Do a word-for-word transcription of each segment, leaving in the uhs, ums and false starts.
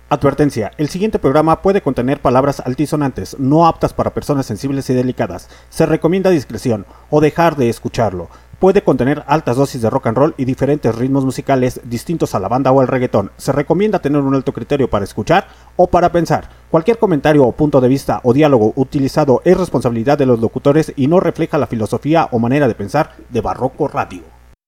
Advertencia, el siguiente programa puede contener palabras altisonantes, no aptas para personas sensibles y delicadas. Se recomienda discreción o dejar de escucharlo. Puede contener altas dosis de rock and roll y diferentes ritmos musicales distintos a la banda o al reggaetón. Se recomienda tener un alto criterio para escuchar o para pensar. Cualquier comentario o punto de vista o diálogo utilizado es responsabilidad de los locutores y no refleja la filosofía o manera de pensar de Barroco Radio.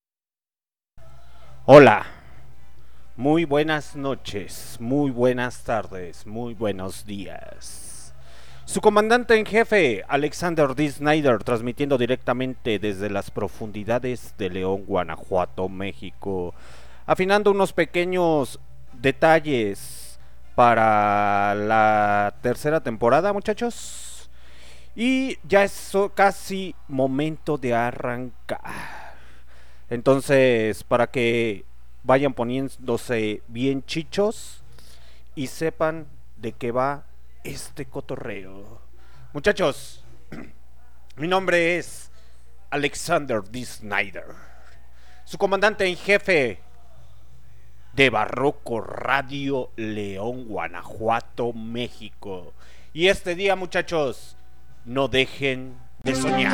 Hola. Muy buenas noches, muy buenas tardes, muy buenos días. Su comandante en jefe, Alexander D. Snyder, transmitiendo directamente desde las profundidades de León, Guanajuato, México, afinando unos pequeños detalles para la tercera temporada, muchachos. Y ya es casi momento de arrancar. Entonces, para que vayan poniéndose bien chichos y sepan de qué va este cotorreo. Muchachos, mi nombre es Alexander D. Snyder, su comandante en jefe de Barroco Radio León, Guanajuato, México. Y este día, muchachos, no dejen de soñar.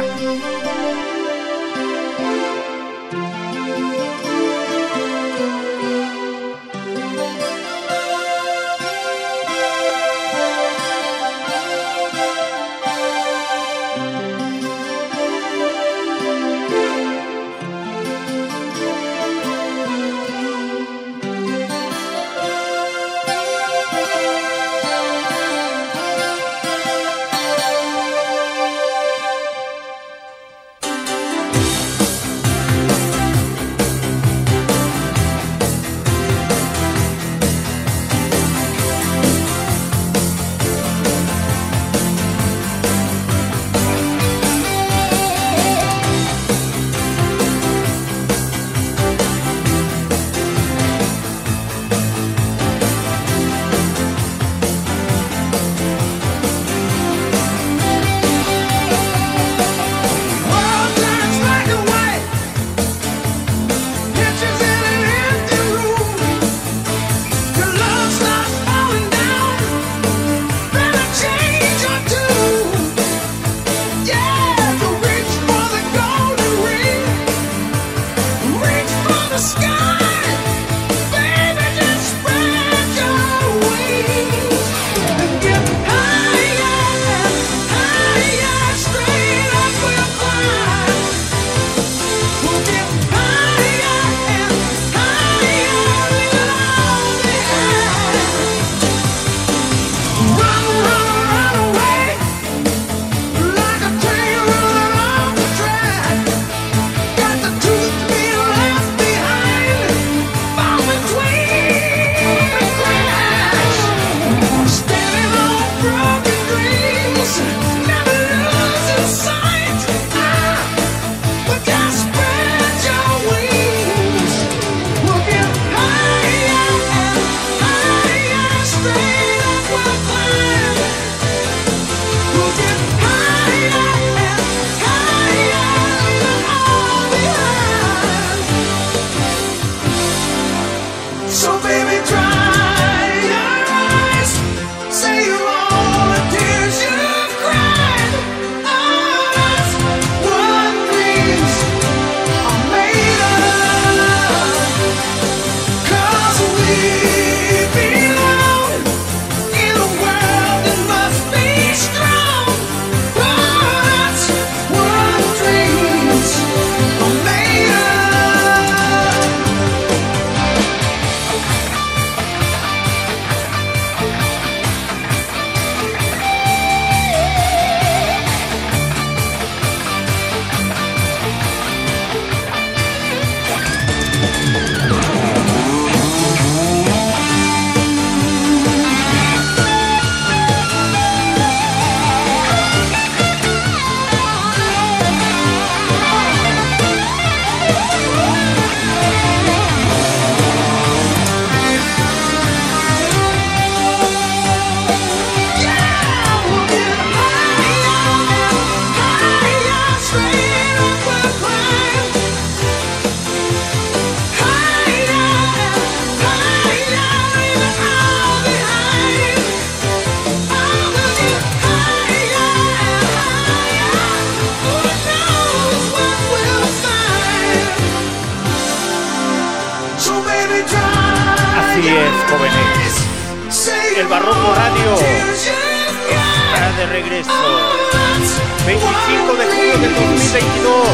es, jóvenes. El Barroco Radio está de regreso. veinticinco de julio del dos mil veintidós.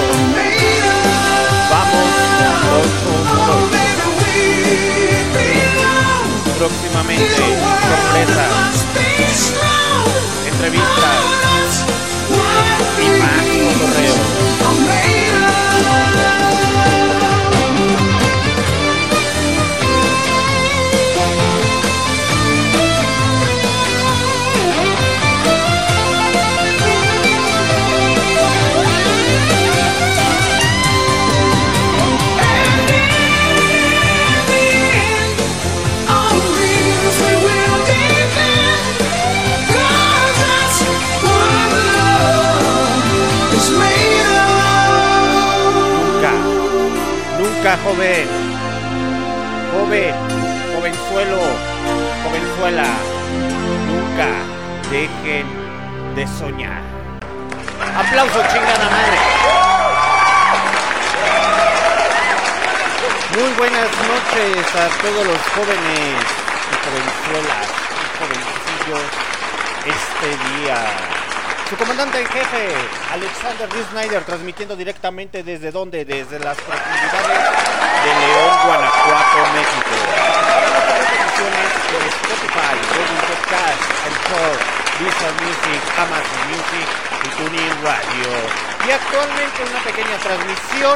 Vamos ocho por ocho. Próximamente, sorpresas, entrevistas y más cotorreo. Nunca, joven, joven, jovenzuelo, jovenzuela, nunca dejen de soñar. Aplauso, chingada madre. Muy buenas noches a todos los jóvenes y jovenzuelas y jovencillos este día. Su comandante en jefe, Alexander D. Snyder, transmitiendo directamente desde donde, desde las profundidades de León, Guanajuato, México. Nuestras repeticiones en Spotify, Google Podcast, Anchor, Deezer Music, Amazon Music y TuneIn Radio. Y actualmente una pequeña transmisión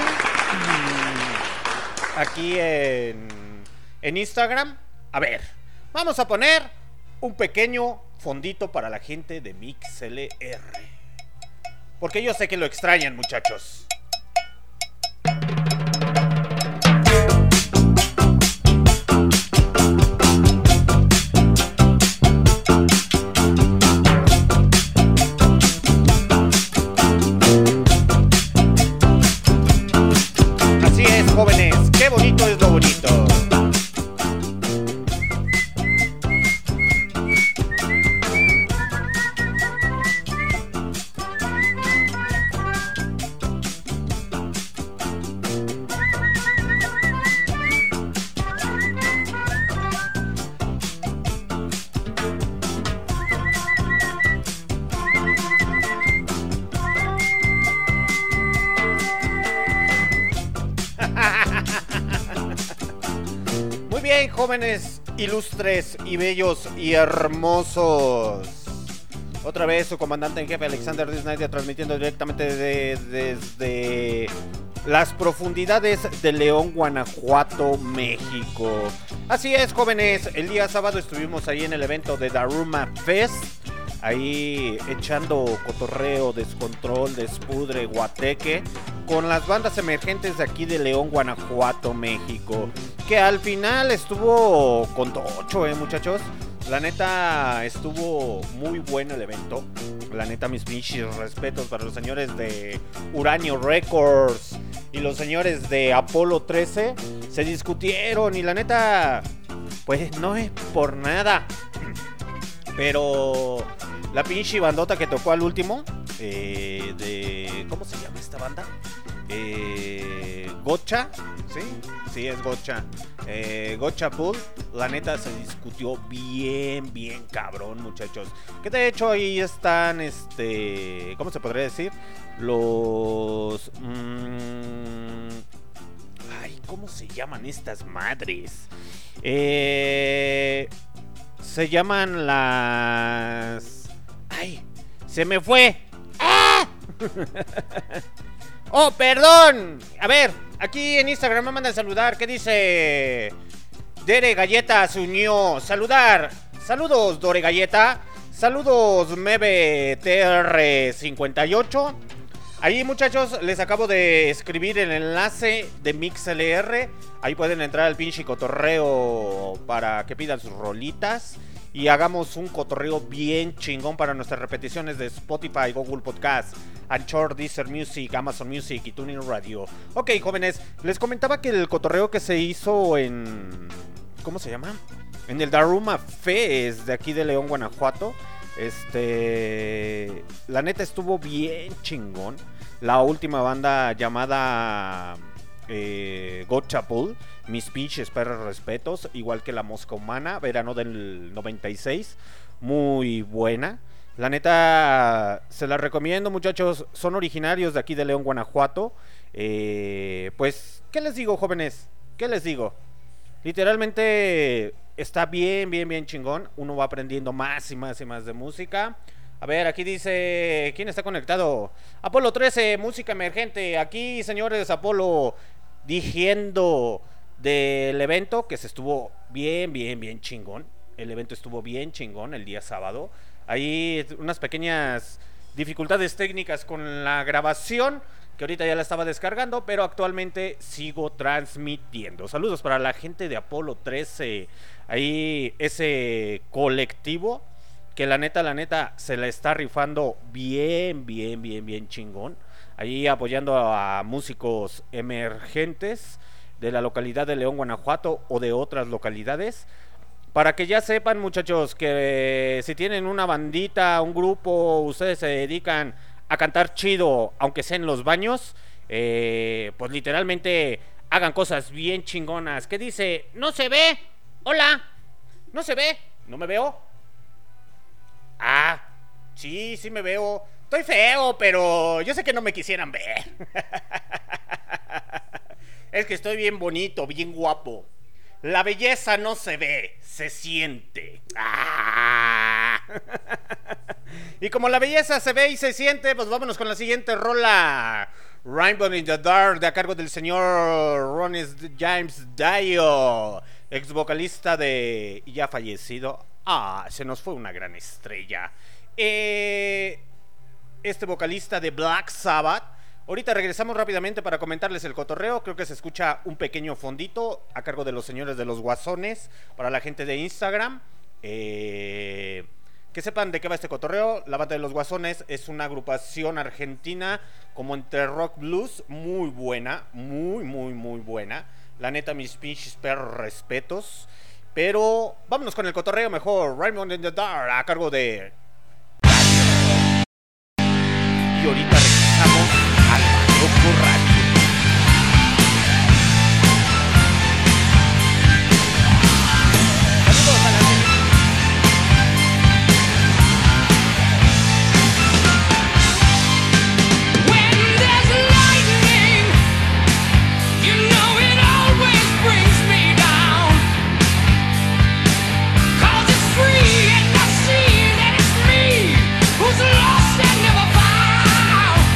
aquí en, en Instagram. A ver, vamos a poner un pequeño fondito para la gente de MixLR, porque yo sé que lo extrañan, muchachos. Así es, jóvenes, qué bonito es lo bonito. Jóvenes, ilustres y bellos y hermosos. Otra vez su comandante en jefe Alexander D. Snyder transmitiendo directamente de, desde las profundidades de León, Guanajuato, México. Así es, jóvenes, el día sábado estuvimos ahí en el evento de Daruma Fest, ahí echando cotorreo, descontrol, despudre, guateque con las bandas emergentes de aquí de León, Guanajuato, México, que al final estuvo con tocho, eh, muchachos. La neta, estuvo muy bueno el evento. La neta, mis pinches respetos para los señores de Uranio Records y los señores de Apolo trece. Se discutieron y la neta, pues no es por nada, pero la pinche bandota que tocó al último, eh, de... ¿cómo se llama esta banda? Eh, Gocha, ¿sí? Sí, es Gocha. Eh, Gocha Pool, la neta se discutió bien, bien cabrón, muchachos. Que de hecho ahí están, este... ¿cómo se podría decir? Los... Mmm, ay, ¿cómo se llaman estas madres? Eh... Se llaman las... Ay, se me fue. ¡Ah! Oh, perdón. A ver, aquí en Instagram me mandan saludar. ¿Qué dice? Dere Galleta se unió. Saludar. Saludos, Dore Galleta. Saludos, Mebe T R cincuenta y ocho. Ahí, muchachos, les acabo de escribir el enlace de MixLR. Ahí pueden entrar al pinche cotorreo para que pidan sus rolitas y hagamos un cotorreo bien chingón para nuestras repeticiones de Spotify, Google Podcast, Anchor, Deezer Music, Amazon Music y TuneIn Radio. Ok, jóvenes, les comentaba que el cotorreo que se hizo en... ¿cómo se llama? En el Daruma Fest de aquí de León, Guanajuato. Este... La neta estuvo bien chingón. La última banda llamada... Eh, God Chapel, mis pinches perros respetos, igual que La Mosca Humana, verano del noventa y seis, muy buena. La neta, se la recomiendo, muchachos, son originarios de aquí de León, Guanajuato. Eh, pues, ¿qué les digo, jóvenes? ¿Qué les digo? Literalmente está bien, bien, bien chingón. Uno va aprendiendo más y más y más de música. A ver, aquí dice, ¿quién está conectado? Apolo trece, música emergente. Aquí, señores, Apolo diciendo del evento que se estuvo bien, bien, bien chingón. El evento estuvo bien chingón el día sábado. Hay unas pequeñas dificultades técnicas con la grabación, que ahorita ya la estaba descargando, pero actualmente sigo transmitiendo. Saludos para la gente de Apolo trece, ahí ese colectivo que la neta, la neta, se la está rifando bien, bien, bien, bien chingón. Ahí apoyando a músicos emergentes de la localidad de León, Guanajuato o de otras localidades. Para que ya sepan, muchachos, que si tienen una bandita, un grupo, ustedes se dedican a cantar chido, aunque sea en los baños, eh, pues literalmente hagan cosas bien chingonas. ¿Qué dice? ¿No se ve? Hola, ¿no se ve? ¿No me veo? Ah, sí, sí me veo. Estoy feo, pero yo sé que no me quisieran ver. Es que estoy bien bonito, bien guapo. La belleza no se ve, se siente. ¡Ah! Y como la belleza se ve y se siente, pues vámonos con la siguiente rola. Rainbow in the Dark, de a cargo del señor Ronnie James Dio, ex vocalista de... y ya fallecido. Ah, se nos fue una gran estrella. Eh, este vocalista de Black Sabbath. Ahorita regresamos rápidamente para comentarles el cotorreo. Creo que se escucha un pequeño fondito a cargo de los señores de los Guasones. Para la gente de Instagram, eh, que sepan de qué va este cotorreo. La banda de los Guasones es una agrupación argentina como entre rock blues, muy buena, muy, muy, muy buena. La neta, mis pinches perros respetos. Pero vámonos con el cotorreo mejor. Rainbow in the Dark a cargo de... Y ahorita regresamos al Barroco Radio. Saludos a la gente. When there's lightning, you know it always brings me down. 'Cause it's free and I see that it's me who's lost and never found.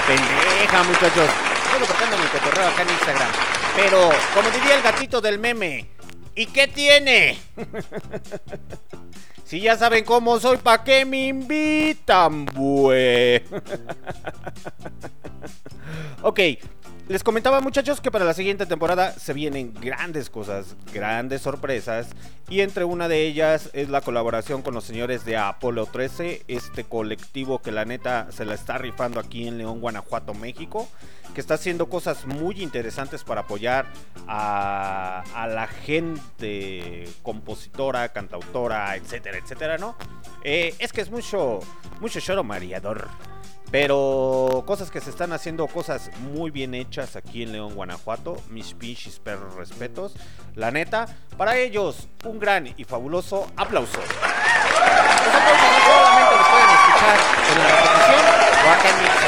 pendeja, muchachos. Solo porque ando en el cotorreo acá en Instagram. Pero, como diría el gatito del meme, ¿y qué tiene? Si ya saben cómo soy, ¿pa' qué me invitan, bue? Ok, les comentaba, muchachos, que para la siguiente temporada se vienen grandes cosas, grandes sorpresas. Y entre una de ellas es la colaboración con los señores de Apolo trece, este colectivo que la neta se la está rifando aquí en León, Guanajuato, México, que está haciendo cosas muy interesantes para apoyar a, a la gente compositora, cantautora, etcétera, etcétera, ¿no? Eh, es que es mucho, mucho choro mareador. Pero cosas que se están haciendo, cosas muy bien hechas aquí en León, Guanajuato. Mis pinches perros respetos. La neta, para ellos, un gran y fabuloso aplauso. Los aplausos no solamente los pueden escuchar en la repetición o acá en Mixer.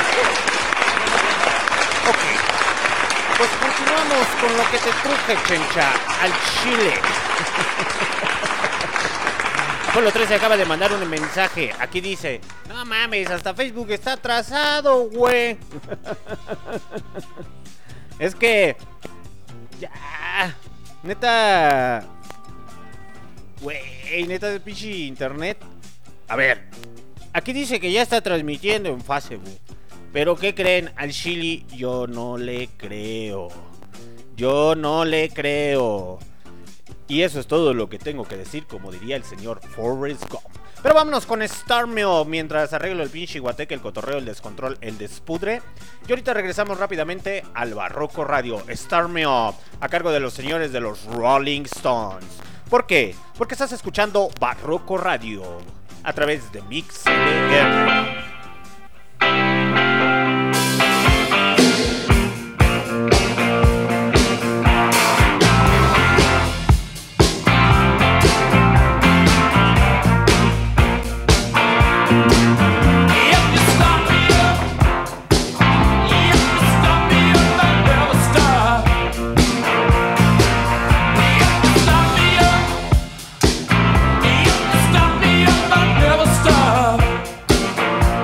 Ok, pues continuamos con lo que te truje, chencha, al chile. Apolo trece acaba de mandar un mensaje. Aquí dice: no mames, hasta Facebook está atrasado, güey. Es que ya, neta, güey, neta de pinche internet. A ver, aquí dice que ya está transmitiendo en Facebook. Pero ¿qué creen? Al chili yo no le creo. Yo no le creo. Y eso es todo lo que tengo que decir, como diría el señor Forrest Gump. Pero vámonos con Starmio mientras arreglo el pinche guateque, el cotorreo, el descontrol, el despudre. Y ahorita regresamos rápidamente al Barroco Radio. Starmio, a cargo de los señores de los Rolling Stones. ¿Por qué? Porque estás escuchando Barroco Radio a través de Mix L R. Stop me up, I'll never stop.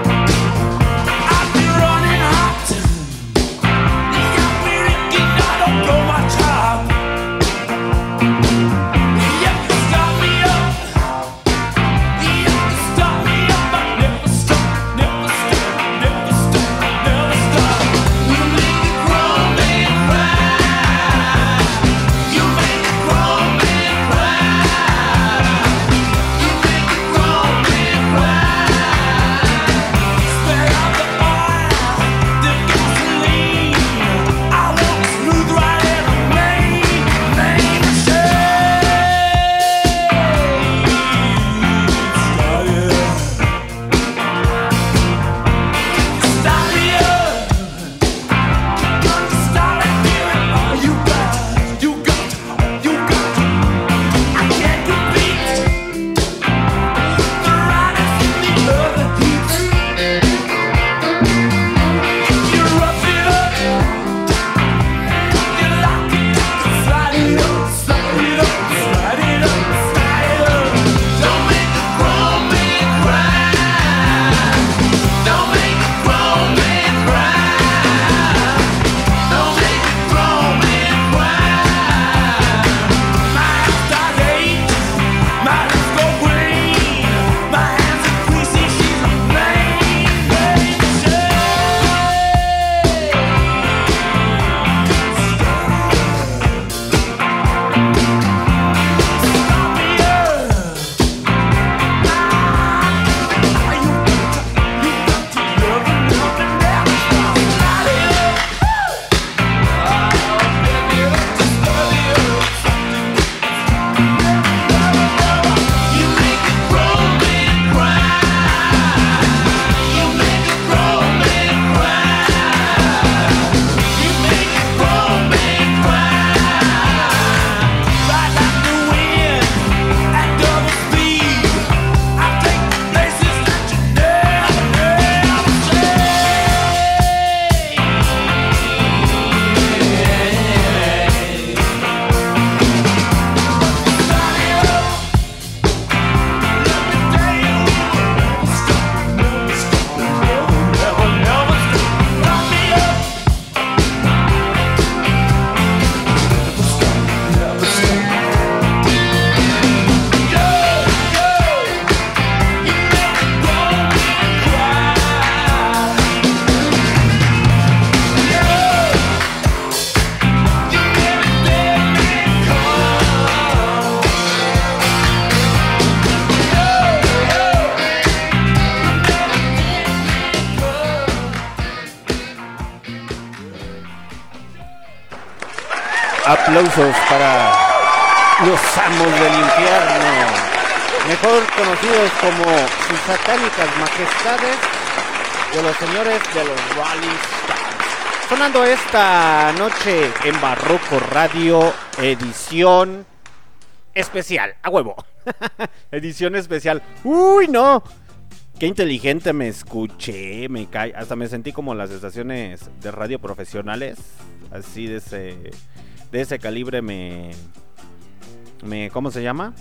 Aplausos para los amos del infierno, mejor conocidos como sus satánicas majestades de los señores de los Rolling Stones. Sonando esta noche en Barroco Radio, edición especial, a huevo. Edición especial. Uy, no. Qué inteligente me escuché, me cae, hasta me sentí como las estaciones de radio profesionales, así de ese, de ese calibre me, me, ¿cómo se llama?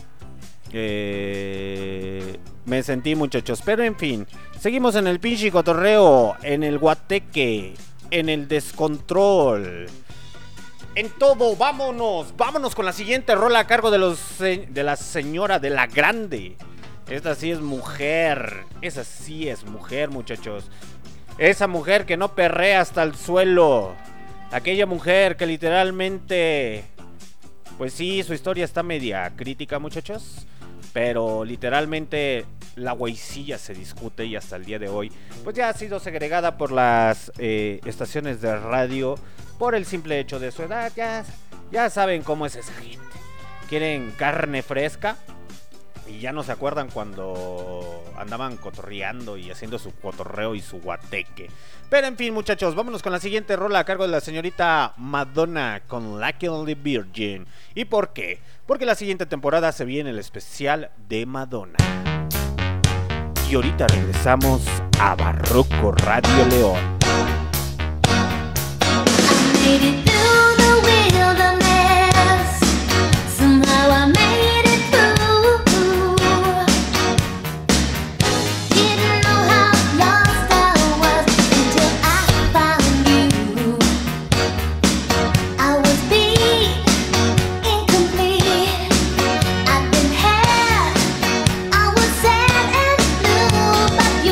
Eh, me sentí, muchachos, pero en fin, seguimos en el pinche cotorreo, en el guateque, en el descontrol, en todo. Vámonos, vámonos con la siguiente rola a cargo de los, de la señora de la grande. Esta sí es mujer, esa sí es mujer, muchachos. Esa mujer que no perrea hasta el suelo. Aquella mujer que literalmente, pues sí, su historia está media crítica, muchachos. Pero literalmente la güeycilla se discute y hasta el día de hoy pues ya ha sido segregada por las eh, estaciones de radio por el simple hecho de su edad. Ya, ya saben cómo es esa gente. Quieren carne fresca. Y ya no se acuerdan cuando andaban cotorreando y haciendo su cotorreo y su guateque. Pero en fin, muchachos, vámonos con la siguiente rola a cargo de la señorita Madonna con Lucky Only Virgin. ¿Y por qué? Porque la siguiente temporada se viene el especial de Madonna. Y ahorita regresamos a Barroco Radio León.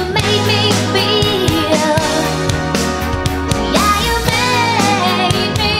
Me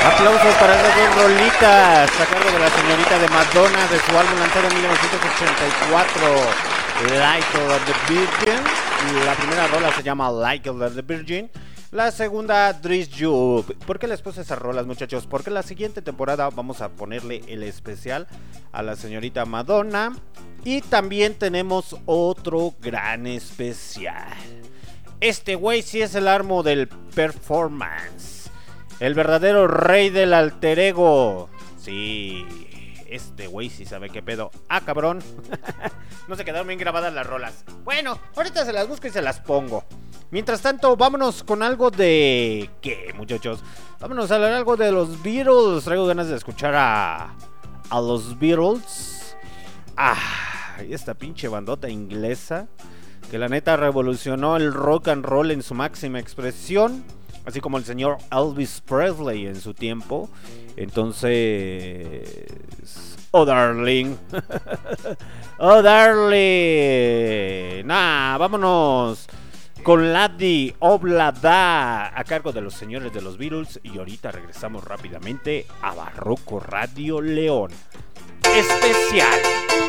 Aplausos para esas dos rolitas a cargo de la señorita de Madonna de su álbum lanzado en mil novecientos ochenta y cuatro, Like of the Virgin. La primera rola se llama Like of the Virgin. La segunda, Dress You. ¿Por qué les puse esas rolas, muchachos? Porque la siguiente temporada vamos a ponerle el especial a la señorita Madonna. Y también tenemos otro gran especial. Este güey sí es el armo del performance. El verdadero rey del alter ego. Sí, este güey sí sabe qué pedo. Ah, cabrón. No se quedaron bien grabadas las rolas. Bueno, ahorita se las busco y se las pongo. Mientras tanto, vámonos con algo de... ¿Qué, muchachos? Vámonos a hablar algo de los Beatles. Traigo ganas de escuchar a... A los Beatles. Ah, esta pinche bandota inglesa que la neta revolucionó el rock and roll en su máxima expresión, así como el señor Elvis Presley en su tiempo. Entonces... Oh, darling. Oh, darling. Nah, vámonos con Lady Oblada a cargo de los señores de los Beatles. Y ahorita regresamos rápidamente a Barroco Radio León especial.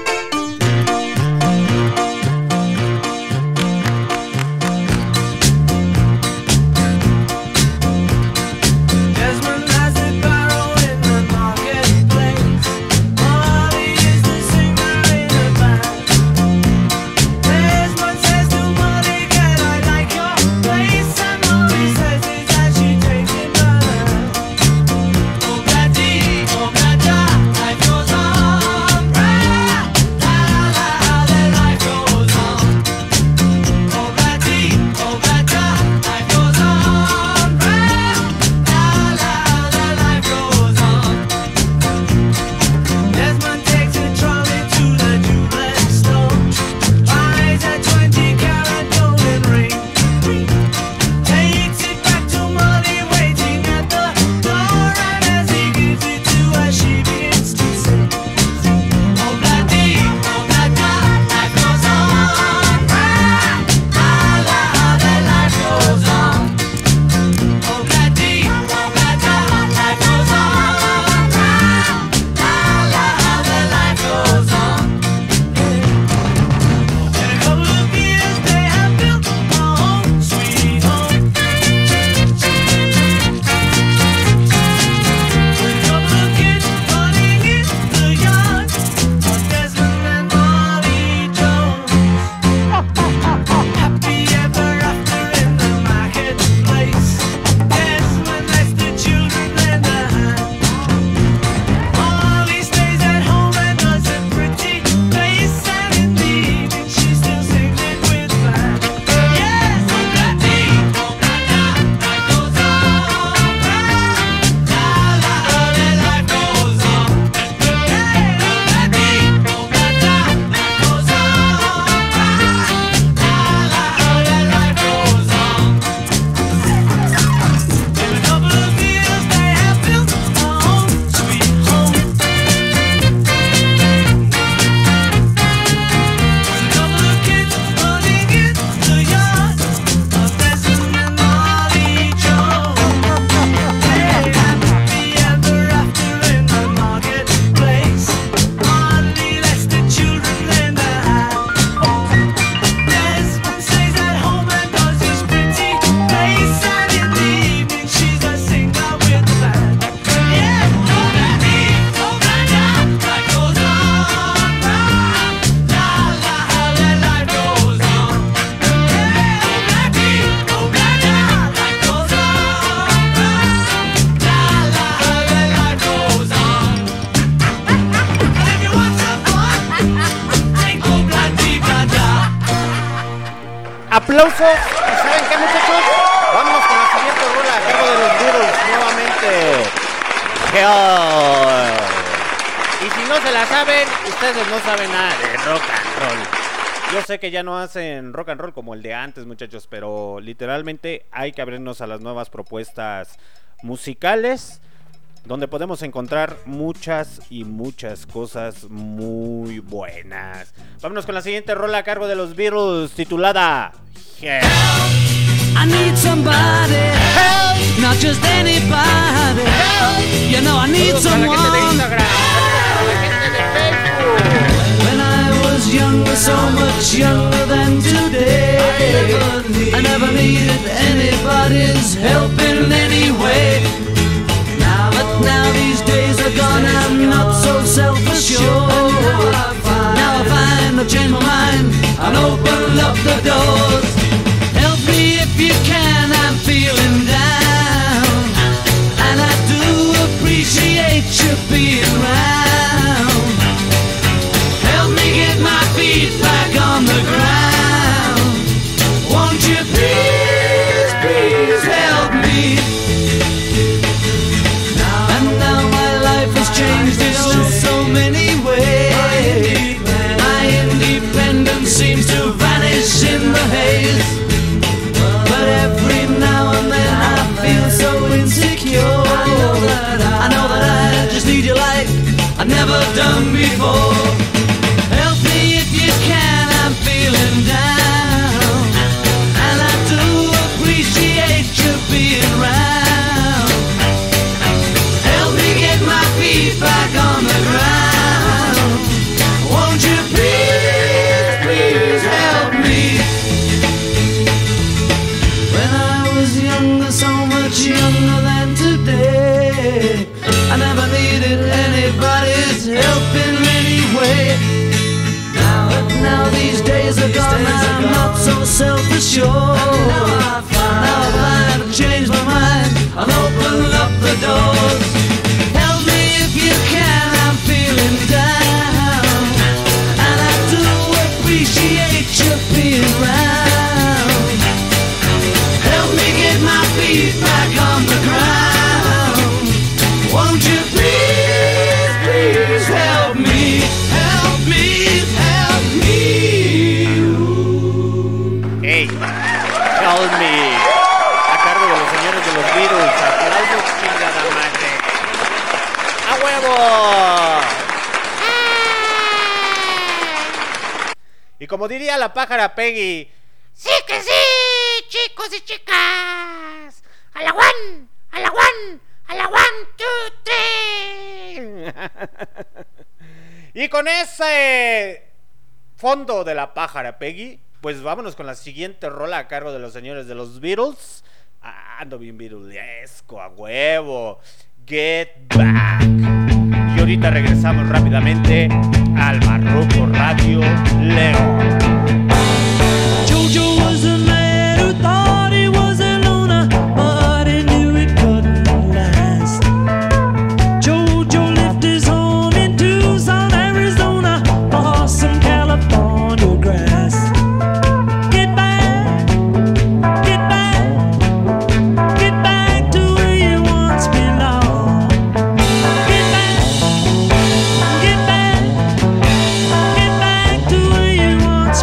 Aplausos. ¿Y saben qué, muchachos? Vámonos con la siguiente rola a cargo de los Beatles nuevamente. Hell. Y si no se la saben, ustedes no saben nada de rock and roll. Yo sé que ya no hacen rock and roll como el de antes, muchachos, pero literalmente hay que abrirnos a las nuevas propuestas musicales, donde podemos encontrar muchas y muchas cosas muy buenas. Vámonos con la siguiente rola a cargo de los Beatles, titulada Help. I need somebody, help, not just anybody, help. You know I need Saludos a la gente de someone. Instagram, saludos a la gente de Facebook. When I was younger, so much younger than today, I never needed anybody's help in any way. Now, but now these days are gone, I'm not so self-assured. Now I find I've changed my mind and opened up the doors. Help me if you can, I'm feeling down, and I do appreciate you being round. Help me get my feet back on the ground. Won't you please, please help me? And now my life has changed in oh so many ways. My independence seems to vanish in the haze. But every now and then I feel so insecure. I know that I just need your light I've never done before. Help me if you can, I'm feeling down, and I do appreciate you being round. Help me get my feet back on the ground. Won't you please, please help me? When I was younger, so much younger than today, I never needed anybody's help in any way. Now, but now these days are gone, I'm not so self-assured. Now I find I've changed my mind, I'll open up the doors. Help me if you can, I'm feeling down, and I do appreciate you being round. Help me get my feet back on the ground. Won't you please, please help me, help me, help me. Hey, help me. A cargo de los señores de los Beatles. Aplausos, chingada madre. ¡A huevo! Y como diría la pájara Peggy, ¡sí que sí, chicos y chicas! ¡A la one! ¡A la one! ¡A la one, two, three! Y con ese fondo de la pájara Peggy, pues vámonos con la siguiente rola a cargo de los señores de los Beatles. Ah, ando bien beatlesco, a huevo. Get Back. Y ahorita regresamos rápidamente al Barroco Radio León. Jojo was a man who thought he was a loner, but he knew it couldn't last. Jojo left his home in Tucson, Arizona, for some California grass. Get back, get back, get back to where you once belonged. Get back, get back, get back to where you once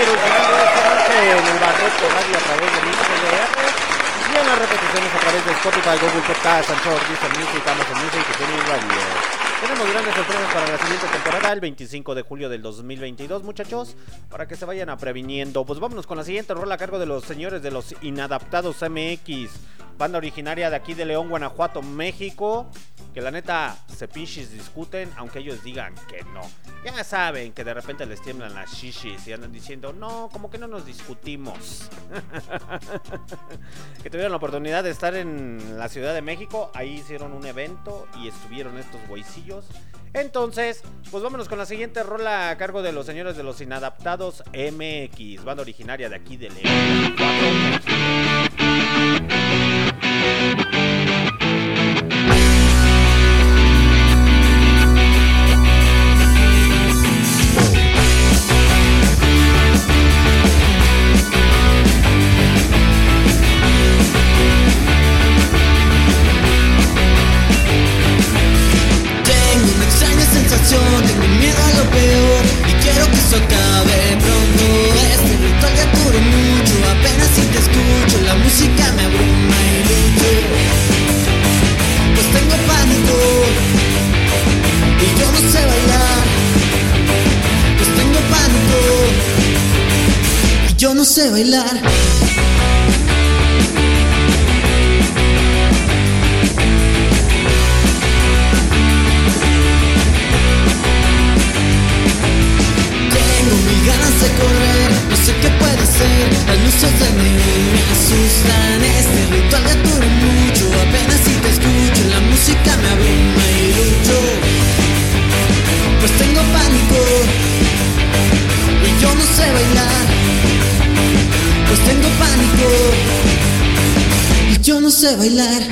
evolucionando esta noche en el Barroco Radio a través de Mix L R y en las repeticiones a través de Spotify, Google Podcast, Anchor, Deezer Music, Amazon Music y TuneIn Radio. Tenemos grandes sorpresas para la siguiente temporada, el veinticinco de julio del dos mil veintidós, muchachos, para que se vayan a previniendo. Pues vámonos con la siguiente rola a cargo de los señores de los Inadaptados M X, banda originaria de aquí de León, Guanajuato, México, que la neta se pinches discuten, aunque ellos digan que no. Ya saben que de repente les tiemblan las shishis y andan diciendo, no, como que no nos discutimos. Que tuvieron la oportunidad de estar en la Ciudad de México, ahí hicieron un evento y estuvieron estos güeycillos. Entonces, pues vámonos con la siguiente rola a cargo de los señores de los Inadaptados M X, banda originaria de aquí de León, Guanajuato. Tengo miedo a lo peor y quiero que eso acabe pronto. Este ritual ya duró mucho, apenas si te escucho, la música me abruma y lucho. Pues tengo pánico y yo no sé bailar. Pues tengo pánico y yo no sé bailar. Ganas de correr, no sé qué puede ser. Las luces de neón me asustan. Este ritual ya duró mucho, apenas si te escucho, la música me abruma y lucho. Pues tengo pánico y yo no sé bailar. Pues tengo pánico y yo no sé bailar.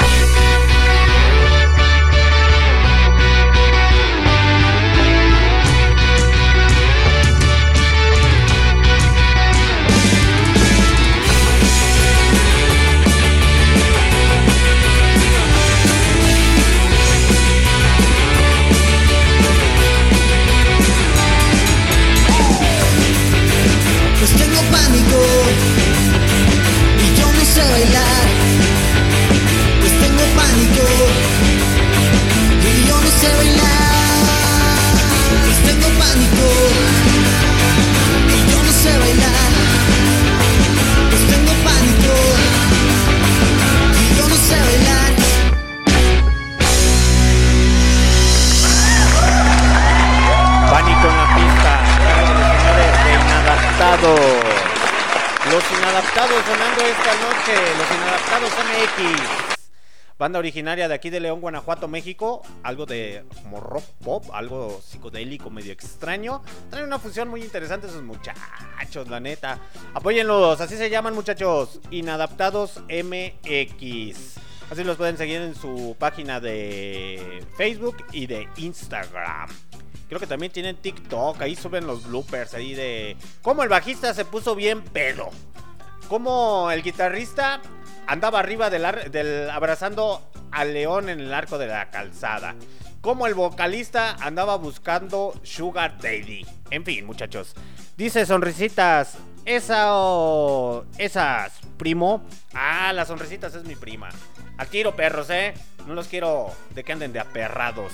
Y yo no sé bailar. Pues tengo pánico y yo no sé bailar. Pues tengo pánico y yo no sé bailar. Pues tengo pánico y yo no sé bailar. Pánico en la pista, los señores de Inadaptados. Los Inadaptados sonando esta noche, los Inadaptados M X, banda originaria de aquí de León, Guanajuato, México. Algo de como rock pop, algo psicodélico, medio extraño. Traen una fusión muy interesante esos muchachos, la neta. Apóyenlos, así se llaman, muchachos, Inadaptados M X. Así los pueden seguir en su página de Facebook y de Instagram. Creo que también tienen TikTok, ahí suben los bloopers ahí de cómo el bajista se puso bien pedo, cómo el guitarrista andaba arriba del, ar- del abrazando al león en el arco de la calzada, cómo el vocalista andaba buscando Sugar Daddy. En fin, muchachos, dice Sonrisitas, esa o esas, primo. Ah, las Sonrisitas es mi prima. Al tiro, perros, eh, no los quiero de que anden de aperrados.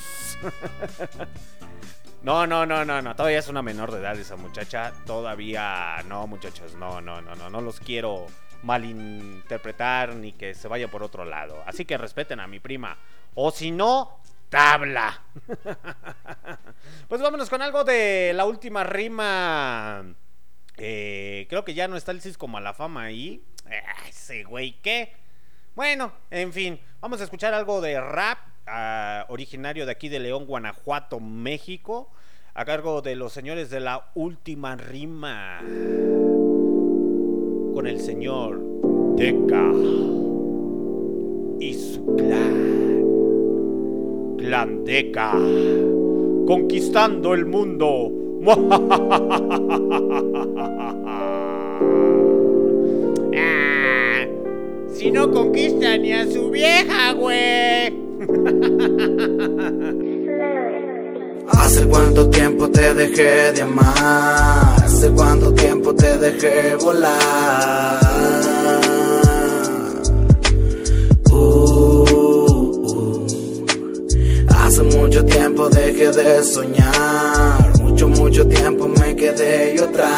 No, no, no, no, no, todavía es una menor de edad esa muchacha. Todavía no, muchachos, no, no, no, no, no los quiero malinterpretar ni que se vaya por otro lado. Así que respeten a mi prima. O si no, tabla. Pues vámonos con algo de La Última Rima. Eh, creo que ya no está el Cisco Malafama ahí. Eh, ese güey, ¿qué? Bueno, en fin, vamos a escuchar algo de rap. Uh, originario de aquí de León, Guanajuato, México, a cargo de los señores de La Última Rima, con el señor Deca y su clan, Clan Deca, conquistando el mundo. Ah, si no conquista ni a su vieja, güey. Hace cuánto tiempo te dejé de amar, hace cuánto tiempo te dejé volar. Uh, uh. Hace mucho tiempo dejé de soñar, mucho, mucho tiempo me quedé yo atrás.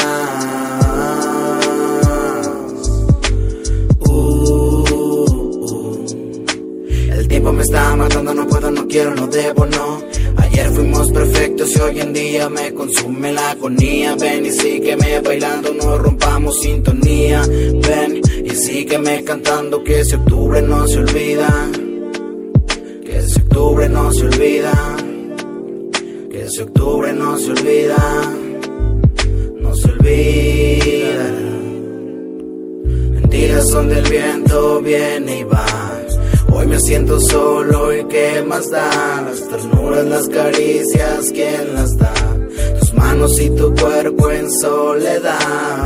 Uh, uh. El tiempo me está matando, no puedo, no quiero, no debo, no. Ayer fuimos perfectos y hoy en día me consume la agonía. Ven y sígueme bailando, no rompamos sintonía. Ven y sígueme cantando, que ese octubre no se olvida. Que ese octubre no se olvida. Que ese octubre no se olvida. No se olvida. Mentiras son del viento, viene y va. Hoy me siento solo y qué más da. Las ternuras, las caricias, ¿quién las da? Tus manos y tu cuerpo en soledad.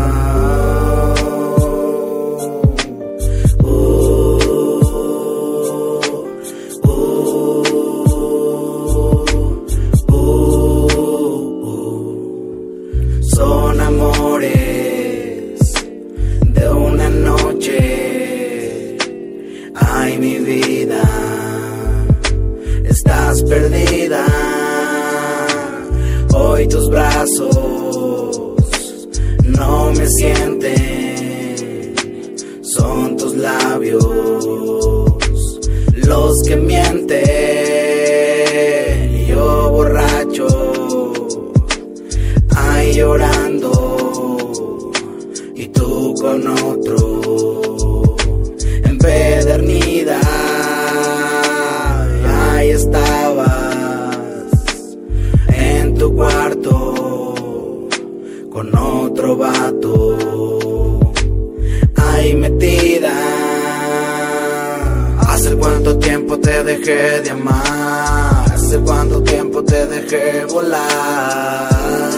Uh, uh, uh, uh. Son amores de una noche. Ay, mi vida, estás perdida. Hoy tus brazos no me sienten, son tus labios los que mienten. Yo borracho, ay, llorando, y tú con otro empedernida. Ahí estabas en tu cuarto con otro vato, ahí metida. Hace cuánto tiempo te dejé de amar, hace cuánto tiempo te dejé volar.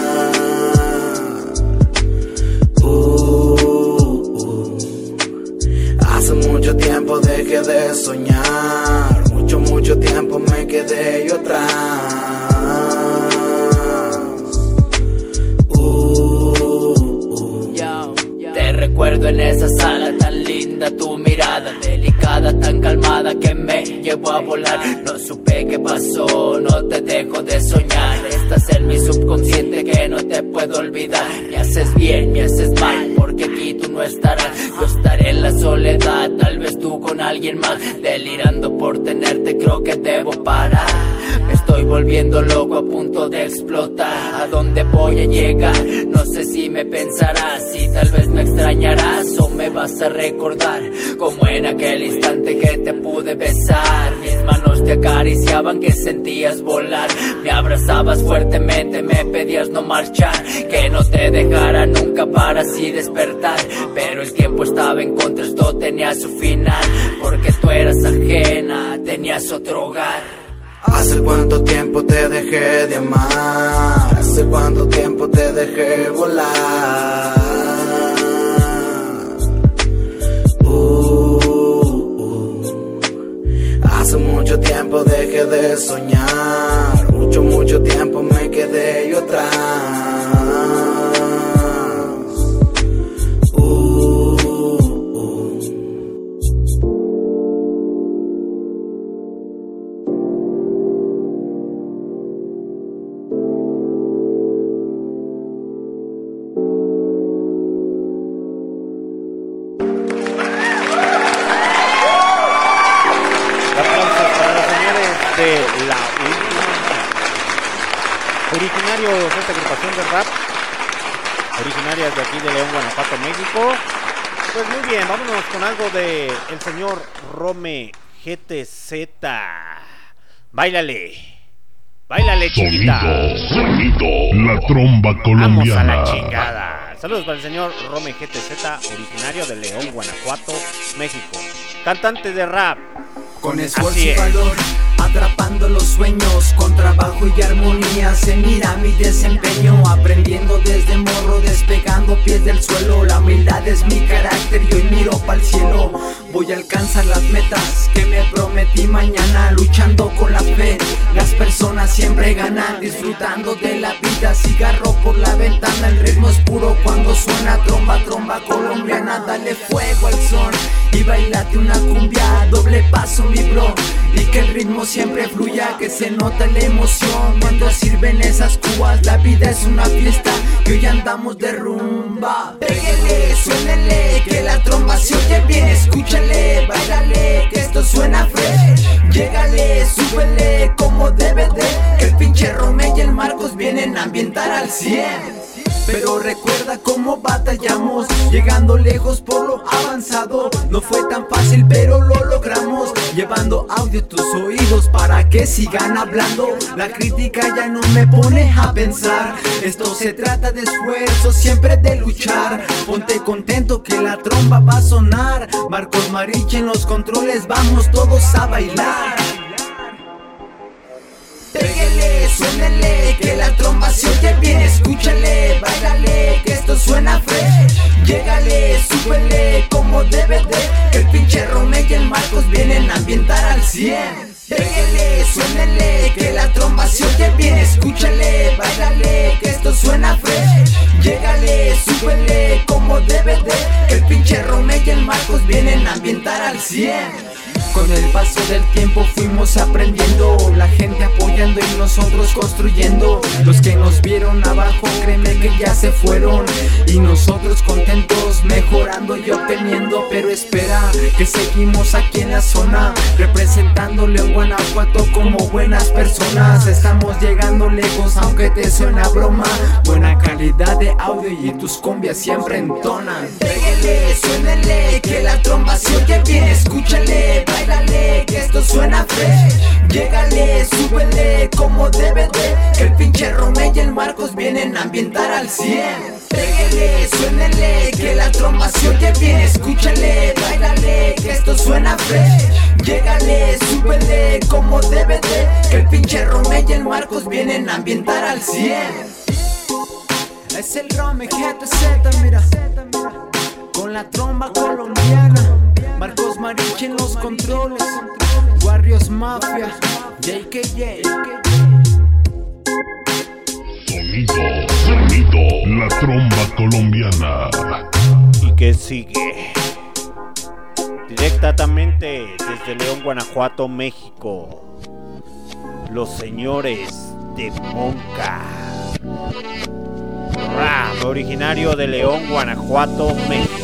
Hace mucho tiempo dejé de soñar, mucho, mucho tiempo me quedé yo atrás. Uh, uh. Yo, yo. Te recuerdo en esa sala tan linda, tu mirada delicada, tan calmada que me llevó a volar. No supe qué pasó, no te dejo de soñar. Estás en mi subconsciente que no te puedo olvidar. Me haces bien, me haces mal, porque aquí tú no estarás. Yo estaré en la soledad, tal vez tú con alguien más. Delirando por tenerte, creo que debo parar. Me estoy volviendo loco, a punto de explotar. ¿A dónde voy a llegar? No sé si me pensarás, si tal vez me extrañarás o me vas a recordar como en aquel instante que te pude besar. Mis manos te acariciaban, que sentías volar. Me abrazabas fuertemente, me pedías no marchar, que no te dejara nunca para así despertar. Pero el tiempo estaba en contra, esto tenía su final, porque tú eras ajena, tenías otro hogar. Hace cuánto tiempo te dejé de amar, hace cuánto tiempo te dejé volar. Uh, uh. Hace mucho tiempo dejé de soñar, mucho, mucho tiempo me quedé yo atrás. Originarios de esta agrupación de rap, originarias de aquí de León, Guanajuato, México. Pues muy bien, vámonos con algo de el señor Rome G T Z. Báilale, báilale, chiquita. Sonido, sonido, la tromba colombiana. Vamos a la chingada. Saludos para el señor Rome G T Z, originario de León, Guanajuato, México. Cantante de rap. Con esfuerzo y valor, atrapando los sueños, con trabajo y armonía se mira mi desempeño, aprendiendo desde morro, despegando pies del suelo. La humildad es mi carácter y hoy miro pa'l cielo. voy a alcanzar las metas que me prometí mañana, luchando con la fe. Las personas siempre ganan, disfrutando de la vida. Cigarro por la ventana, el ritmo es puro cuando suena. Tromba, tromba colombiana, dale fuego al son y bailate una cumbia. Doble paso mi bro, y que el ritmo siempre fluya, que se nota la emoción cuando sirven esas cubas. La vida es una fiesta y hoy andamos de rumba. Pégale, suénele, que la tromba se oye bien. Escúchale, bailale, que esto suena fresh. Llégale, súbele como debe de, que el pinche Romeo y el Marcos vienen a ambientar al cien. Pero recuerda cómo batallamos, llegando lejos por lo avanzado. No fue tan fácil pero lo logramos, llevando audio a tus oídos para que sigan hablando. La crítica ya no me pone a pensar, esto se trata de esfuerzo, siempre de luchar. Ponte contento que la tromba va a sonar. Marcos Mariche en los controles, vamos todos a bailar. Pégale, suénele, que la tromba se oye bien. Escúchale, bailale, que esto suena fresh. Llégale, súbele como debe de, que el pinche Romeo y el Marcos vienen a ambientar al cien. Pégale, suénele, que la tromba se oye bien. Escúchale, bailale, que esto suena fresh. Llégale, súbele como debe de, que el pinche Romeo y el Marcos vienen a ambientar al cien. Con el paso del tiempo fuimos aprendiendo, la gente apoyando y nosotros construyendo. Los que nos vieron abajo, créeme que ya se fueron, y nosotros contentos, mejorando y obteniendo. Pero espera, que seguimos aquí en la zona, representando León, Guanajuato como buenas personas. Estamos llegando lejos aunque te suena broma, buena calidad de audio y tus cumbias siempre entonan. Pégale, suénele, que la tromba se oye bien. Escúchale, bailale, que esto suena fresh. Llégale, súbele como debe de, que el pinche Romeo y el Marcos vienen a ambientar al cien. Pégale, suénele, que la tromba se oye bien. Escúchale, bailale, que esto suena fresh. Llégale, súbele como debe de, que el pinche Romeo y el Marcos vienen a ambientar al cien. Es el Romeo G T Z, mira, con la tromba colombiana. Marcos Mariche en los controles, Warriors Mafia, J K J. Sonido, sonido, la tromba colombiana. ¿Y qué sigue? Directamente desde León, Guanajuato, México, los señores de Monca. Rap originario de León, Guanajuato, México.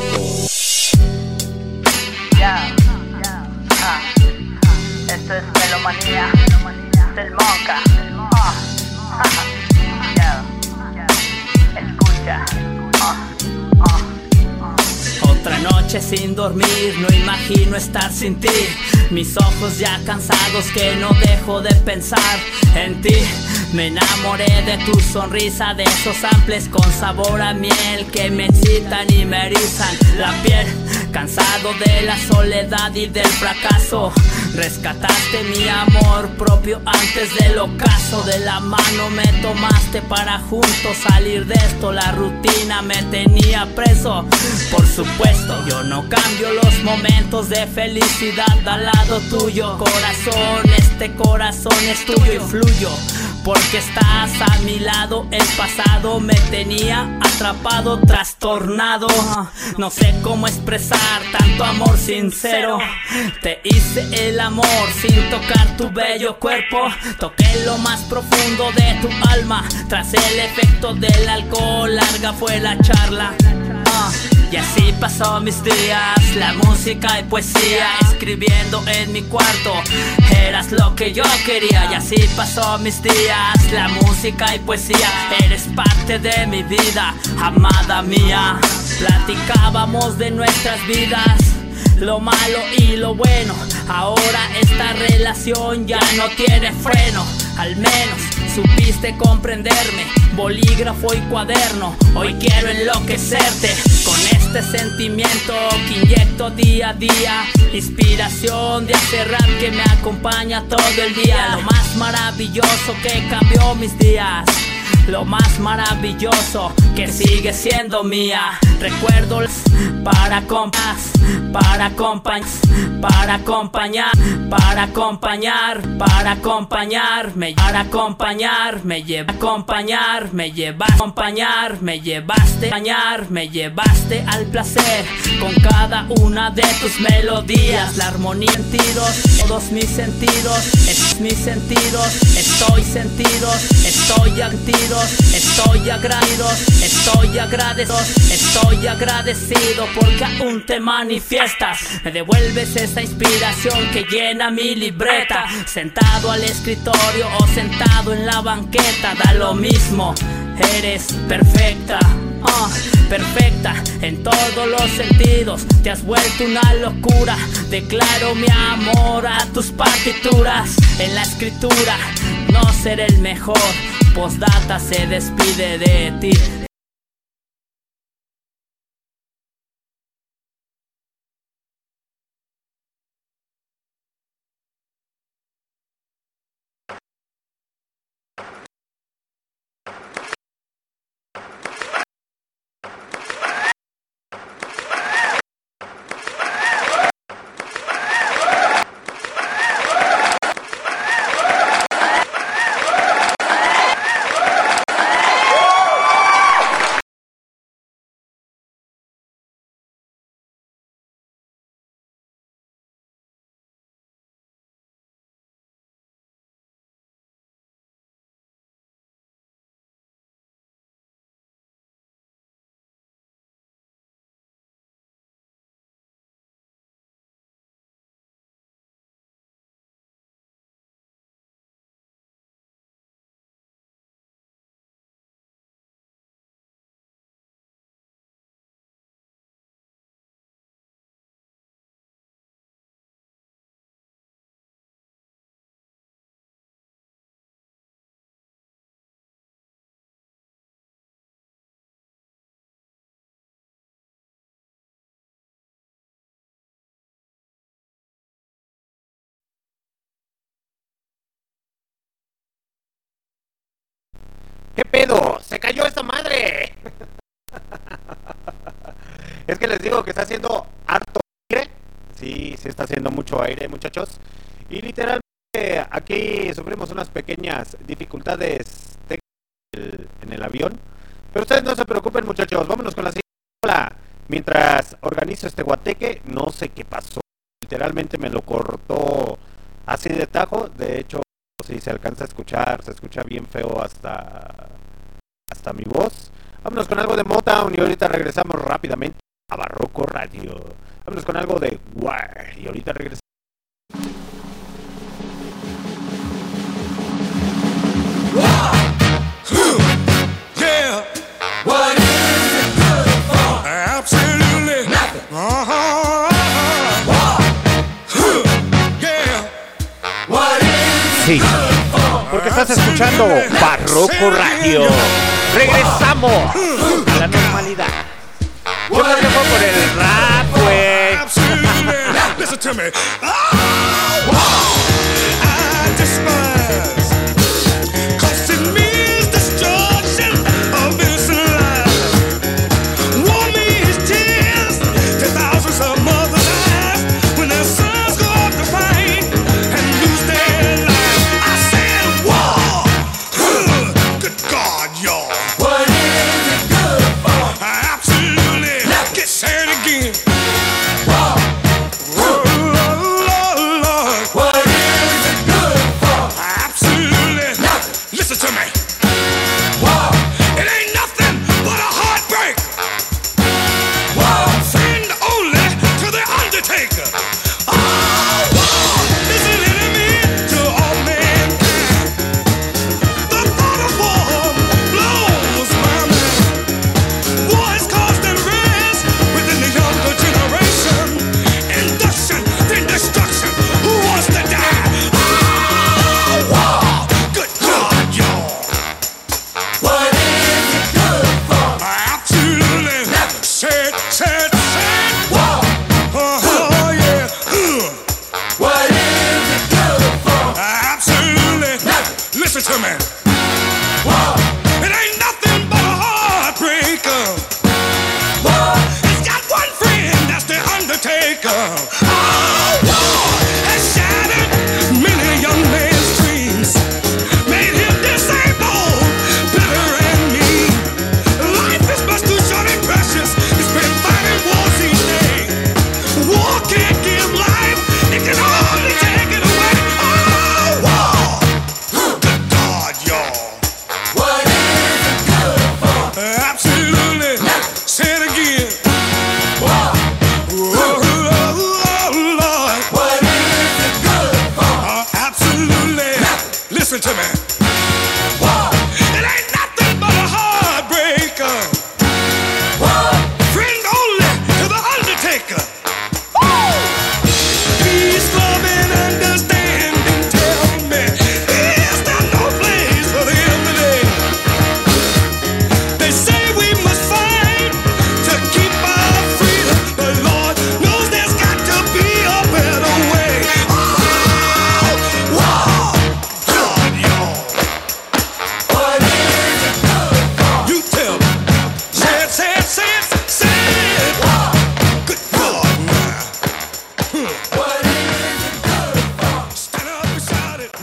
Yeah, ah, esto es melomanía del Monca. Ah, yeah, escucha. Ah, ah, ah. Otra noche sin dormir, no imagino estar sin ti. Mis ojos ya cansados que no dejo de pensar en ti. Me enamoré de tu sonrisa, de esos samples con sabor a miel que me excitan y me erizan la piel. Cansado de la soledad y del fracaso, rescataste mi amor propio antes del ocaso. De la mano me tomaste para juntos salir de esto. La rutina me tenía preso. Por supuesto, yo no cambio los momentos de felicidad al lado tuyo. Corazón, este corazón es tuyo y fluyo, porque estás a mi lado. El pasado me tenía atrapado, trastornado. No sé cómo expresar tanto amor sincero. Te hice el amor sin tocar tu bello cuerpo. Toqué lo más profundo de tu alma. Tras el efecto del alcohol, larga fue la charla. Uh, y así pasó mis días, la música y poesía, escribiendo en mi cuarto. Eras lo que yo quería. Y así pasó mis días, la música y poesía. Eres parte de mi vida, amada mía. Platicábamos de nuestras vidas, lo malo y lo bueno. Ahora esta relación ya no tiene freno. Al menos supiste comprenderme, bolígrafo y cuaderno. Hoy quiero enloquecerte con este sentimiento que inyecto día a día. Inspiración de hacer rap que me acompaña todo el día. Lo más maravilloso que cambió mis días lo más maravilloso que sigue siendo mía. Recuerdo para compas, para acompañar, para acompañar, para acompañar, para acompañar, me para acompañar, me lleva a acompañar, me lleva a acompañar, me llevaste a acompañar, me llevaste al placer con cada una de tus melodías, la armonía, sentidos, todos mis sentidos, es mis sentidos, estoy sentidos, estoy sentidos, estoy agradecido, estoy agradecido, estoy agradecido porque aún te manifiestas, me devuelves esa inspiración que llena mi libreta, sentado al escritorio o sentado en la banqueta, da lo mismo, eres perfecta. Uh, perfecta en todos los sentidos, te has vuelto una locura. Declaro mi amor a tus partituras. En la escritura no seré el mejor, postdata se despide de ti. ¿Qué pedo? ¡Se cayó esta madre! Es que les digo que está haciendo harto aire. Sí, sí está haciendo mucho aire, muchachos. Y literalmente aquí sufrimos unas pequeñas dificultades técnicas en el avión. Pero ustedes no se preocupen, muchachos. Vámonos con la siguiente rola. Mientras organizo este guateque, no sé qué pasó. Literalmente me lo cortó así de tajo. De hecho, si se alcanza a escuchar, se escucha bien feo hasta hasta mi voz. Vámonos con algo de Motown y ahorita regresamos rápidamente a Barroco Radio. Vámonos con algo de War y ahorita regresamos. Yeah. What is it good for? Absolutely nothing. Uh-huh. Uh-huh. Yeah. What is Sí, porque estás escuchando Barroco Radio. Regresamos a la normalidad. Yo me dejo por el rap, güey. Absolutely. Listen to me. Oh, I despise. 'Cause it means destruction of innocent lives. War means tears to thousands of mothers' eyes when their sons go off to fight and lose their lives. I said war. Good God, y'all. What is it good for? Absolutely. Get sad again. War. undertaker. Oh, war has shattered many young men's dreams, made him disabled, bitter and mean. Life is much too short and precious. It's been fighting wars each day. War can't give life, it can only take it away. Oh, war! Good God, y'all. What is it good for? Absolutely. Say it again. War. Oh, oh, oh, Lord. What is it good for? Uh, absolutely. Listen to me. War. It ain't nothing but a heartbreaker. War. Friend only to the undertaker. Peace, love, and understanding. Tell me, is there no place for them today? They say we must fight to keep our freedom. The Lord knows there's got to be a better way. Oh, wow, God, y'all. What is it good for? You tell me. Say it, say it, say it, say it. War. Good God, now. What is it good for? Stand up and shout it.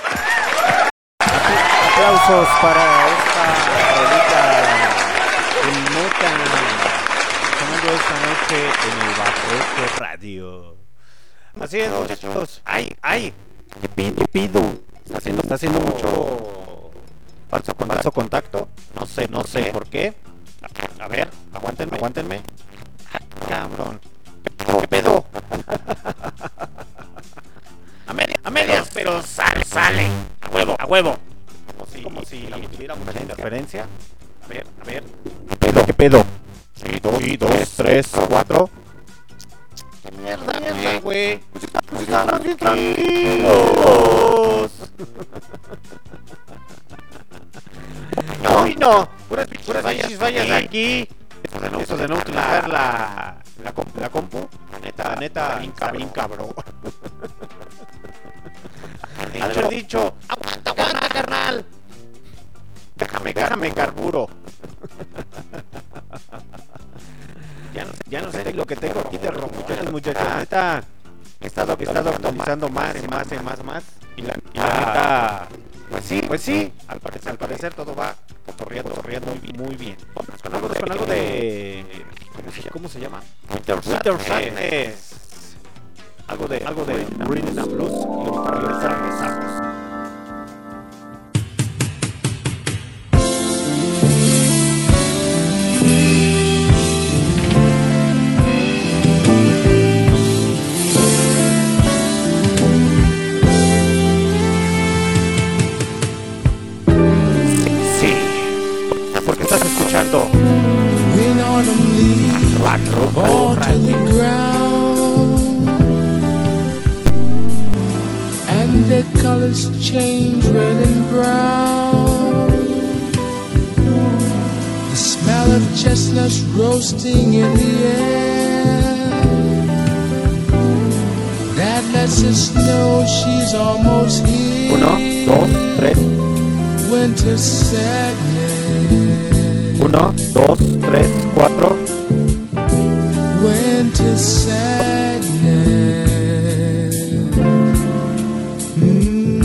Aplausos para esta rolita de nota sonando esta noche en el Barroco Radio. Así es, muchachos. Ay, ay. ¿Qué pido? ¿Qué pido? Está haciendo, está haciendo mucho falso, con- falso contacto. No sé, no sé por qué. A ver, aguántenme, aguántenme. Ah, cabrón. ¿Qué pedo? A medias, a medias, pero sale, sale. A huevo, a huevo. Como si, como si tuviera mucha interferencia. A ver, a ver. ¿Qué pedo? ¿Qué pedo? Sí, dos, sí, dos, tres, cuatro. ¿Qué mierda, mierda, güey? Estamos bien tranquilos. No, y no. Puras, puras vallas, vallas aquí. Eso de no, eso de no utilizar la, la, compu, la compu. Neta, neta, bien cabrón, cabrón. Haber dicho, aguanta, aguanta, carnal. Déjame, déjame carburo. Ya no, sé- ya no sé lo que tengo aquí de romones, muchachos. Neta, he estado, he estado actualizando más y más y más, más. Y la, y la neta, pues sí, pues sí. Al parecer, al parecer todo va corriendo, corriendo muy bien, muy bien. Vámonos con algo, con algo de, ¿cómo se, cómo se llama? Winter Sadness. Algo de, algo de Rhythm and Blues y luego para regresar regresamos. Sí, porque estás escuchando When autumn leaves Rock fall Rock to the Radio. ground and their colors change red and brown, the smell of chestnuts roasting in the air, that lets us know she's almost here. Uno, dos, tres. Winter sadness. Uno, dos, tres, cuatro. Winter sadness. Mm.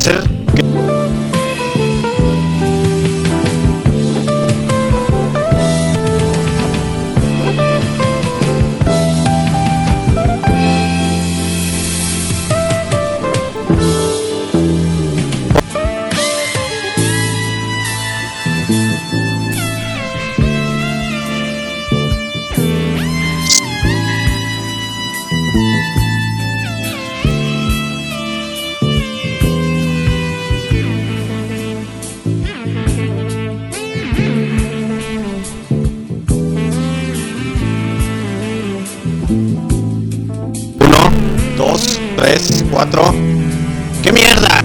ser que... Dos, tres, cuatro. ¡Qué mierda!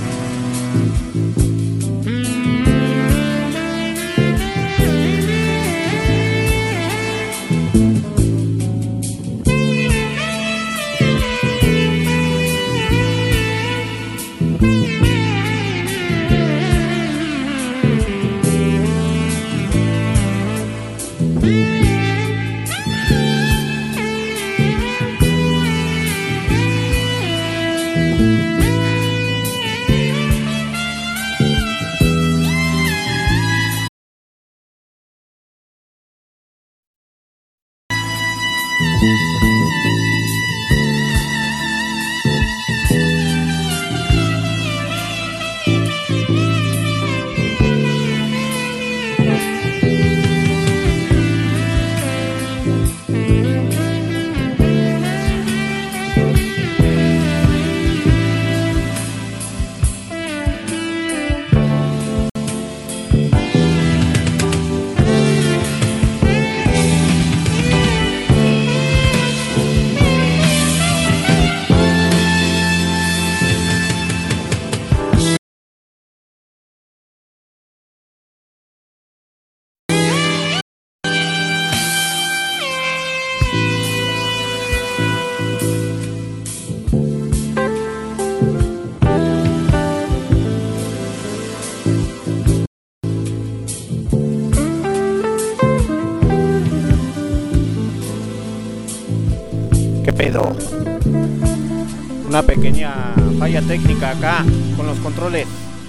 ¿Qué pedo? Una pequeña falla técnica acá con los controles.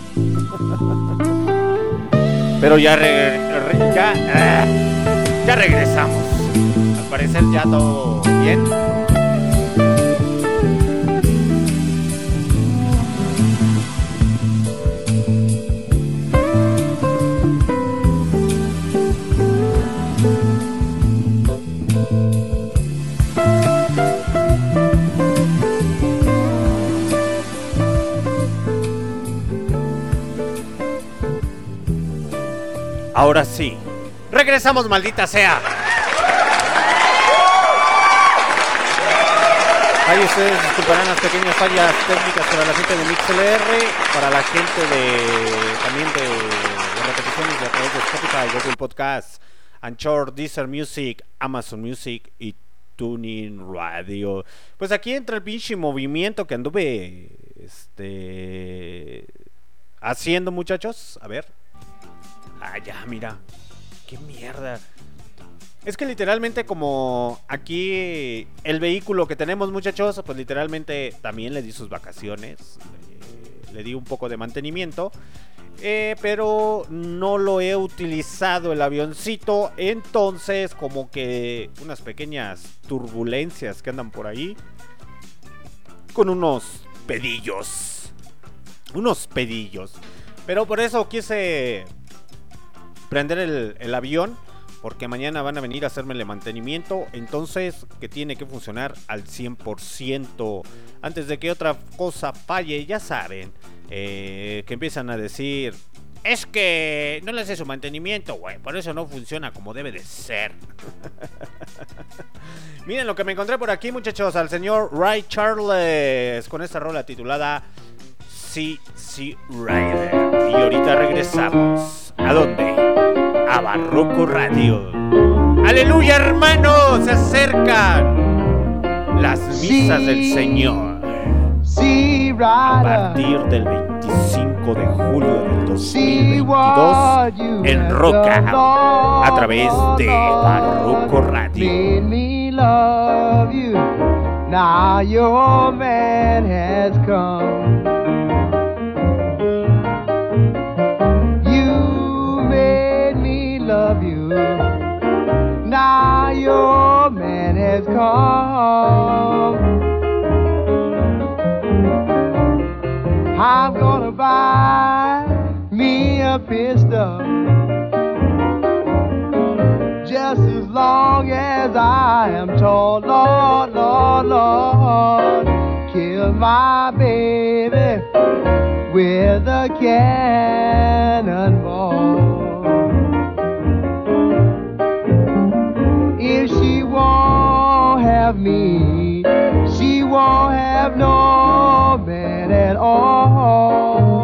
Pero ya re, re, ya, uh, ya regresamos. Al parecer ya todo bien. Ahora sí, regresamos, maldita sea. Ahí ustedes disculparán las pequeñas fallas técnicas para la gente de MixLR, para la gente de también de las repeticiones de a través de Spotify, Google Podcast, Anchor, Deezer Music, Amazon Music y TuneIn Radio. Pues aquí entra el pinche movimiento que anduve este haciendo, muchachos. A ver. Ah, ya, mira. Qué mierda. Es que literalmente como aquí el vehículo que tenemos, muchachos, pues literalmente también le di sus vacaciones. Eh, le di un poco de mantenimiento. Eh, pero no lo he utilizado el avioncito. Entonces como que unas pequeñas turbulencias que andan por ahí. Con unos pedillos. Unos pedillos. Pero por eso quise prender el, el avión, porque mañana van a venir a hacerme el mantenimiento, entonces que tiene que funcionar al cien por ciento antes de que otra cosa falle. Ya saben, eh, que empiezan a decir, es que no le hace su mantenimiento, güey, por eso no funciona como debe de ser. Miren lo que me encontré por aquí, muchachos, al señor Ray Charles con esta rola titulada C C Rider. Y ahorita regresamos. ¿A dónde? A Barroco Radio. ¡Aleluya, hermanos! Se acercan las misas del Señor. A partir del veinticinco de julio del dos mil veintidós en Roca, a través de Barroco Radio. Now your man has come. pistol. Just as long as I am tall, Lord, Lord, Lord, kill my baby with a cannonball. If she won't have me, she won't have no man at all.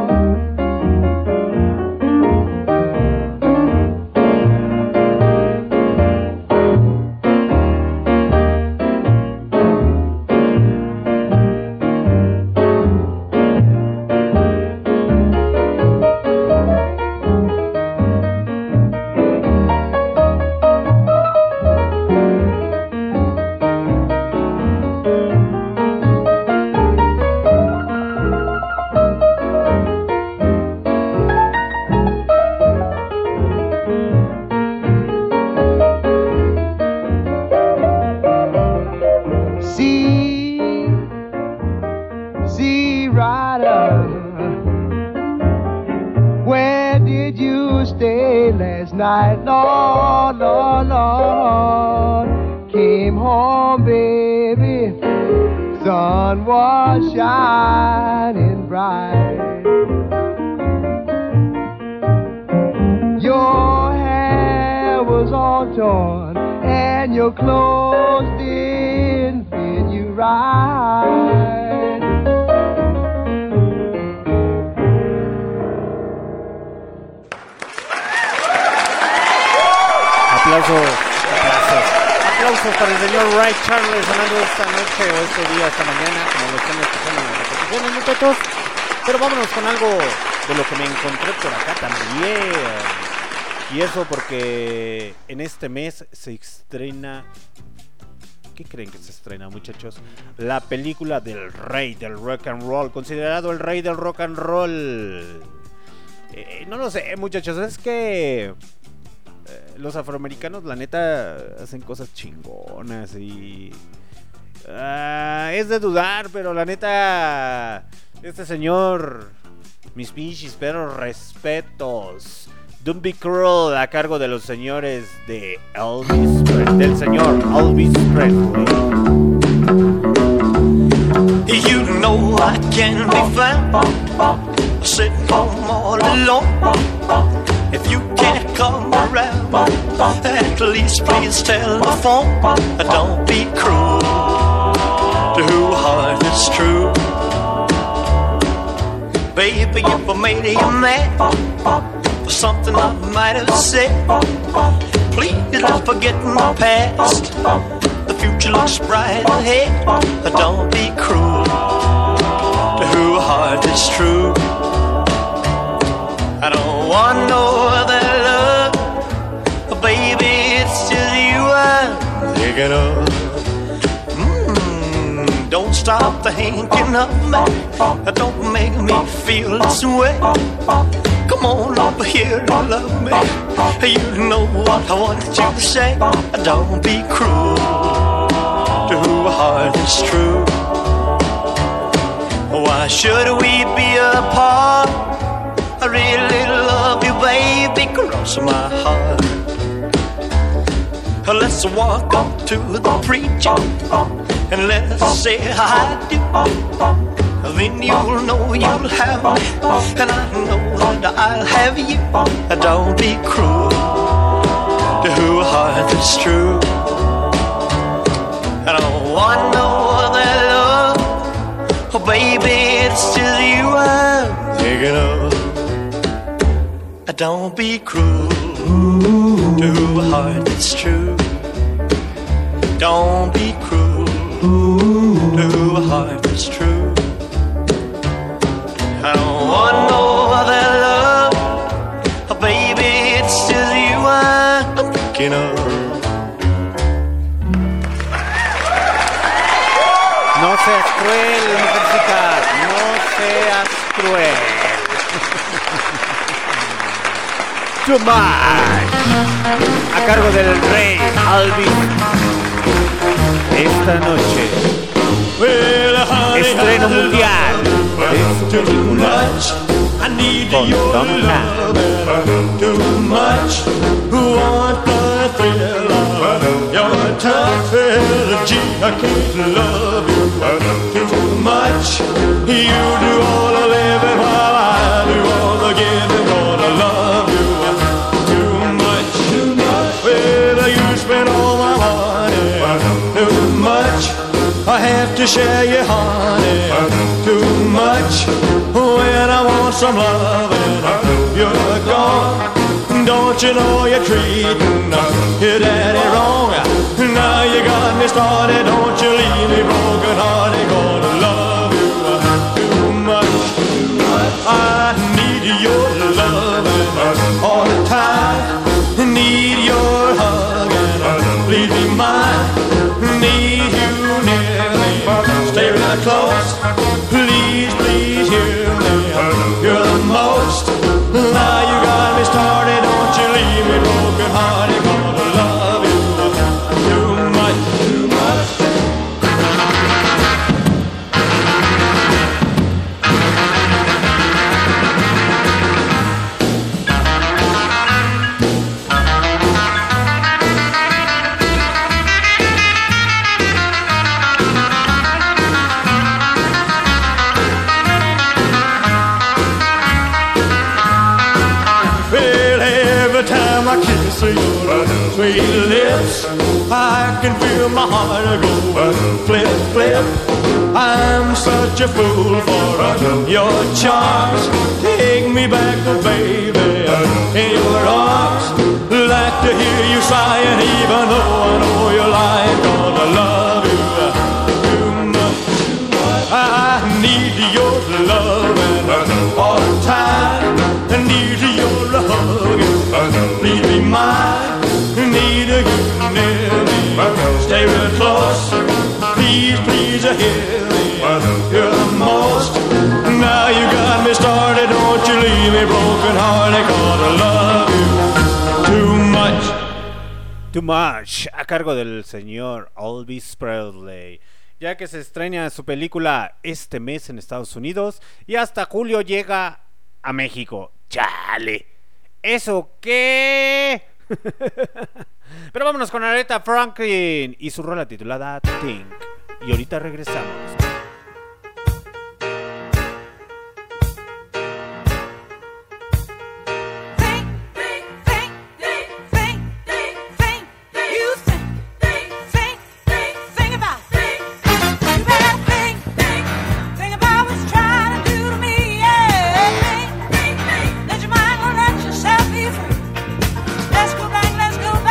Night, Lord, Lord, Lord, came home, baby, sun was shining bright. Your hair was all torn and your clothes didn't fit you right. Aplausos, aplausos, aplausos para el señor Ray Charles sonando esta noche o este día, esta mañana, como lo están escuchando en las repeticiones, muchachos. Pero vámonos con algo de lo que me encontré por acá también. Y eso porque en este mes se estrena... ¿Qué creen que se estrena, muchachos? La película del rey del rock and roll, considerado el rey del rock and roll. Eh, no lo sé, muchachos, es que... los afroamericanos, la neta, hacen cosas chingonas y... Uh, es de dudar, pero la neta... Este señor... Mis pinches, pero respetos. Don't Be Cruel, a cargo de los señores de Elvis Presley, del señor Elvis Presley. You know I can be found sitting home all alone. If you can't come around, at least please telephone. Don't be cruel to who heart is true. Baby, if I made you mad for something I might have said, please don't forget my past. The future looks bright ahead. Don't be cruel to who heart is true. I don't want no other love, baby, it's just you I'm thinking of. Mm, don't stop thinking of me, don't make me feel this way. Come on over here and love me, you know what I want you to say. Don't be cruel to who heart is true. Why should we be apart? I really love you, baby, cross my heart. Let's walk up to the preacher and let's say I do. Then you'll know you'll have me, and I know that I'll have you. Don't be cruel to who heart is true. I don't want no other love, oh baby, it's just you I'm thinking of. Don't be cruel to a heart that's true. Don't be cruel to a heart that's true. I don't want no other love, oh, baby, it's just you I'm thinking of. No seas cruel, mujercita, no seas cruel. Too much. A cargo del rey Elvis. Esta noche estreno mundial de su película I need con your Tom Hanks. love too much. Want the thrill of your tough energy. I can't love you too much. You do all the living while I do all the giving. Gonna love you too much, too much. Well, you spend all my money too much. I have to share your honey too much. When I want some loving, you're gone. Don't you know you're treating your daddy wrong? Now you got me started. Don't you leave me broken hearted. Gonna love you too much. I need your loving all the time. Need your hugging, please be mine. Need you near me, stay real close. Please, please hear me. You're the most. Now you got me started. Don't you leave me broken hearted. Gonna love you too much, too much. I kiss your sweet lips, I can feel my heart go flip, flip. I'm such a fool for your charms. Take me back, oh baby, in your arms. Like to hear you sighing, even though I know you're lying. Gonna love you too much. I need your loving all the time. I need your hugging, please be mine. Need you near me, stay real close. Please, please hear me. You're the most. Now you got me started. Don't you leave me broken hearted. Gonna love you too much. Too Much, a cargo del señor Elvis Presley, ya que se estrena su película este mes en Estados Unidos y hasta julio llega a México. ¡Chale! ¿Eso qué? Pero vámonos con Aretha Franklin y su rola titulada Think. Y ahorita regresamos.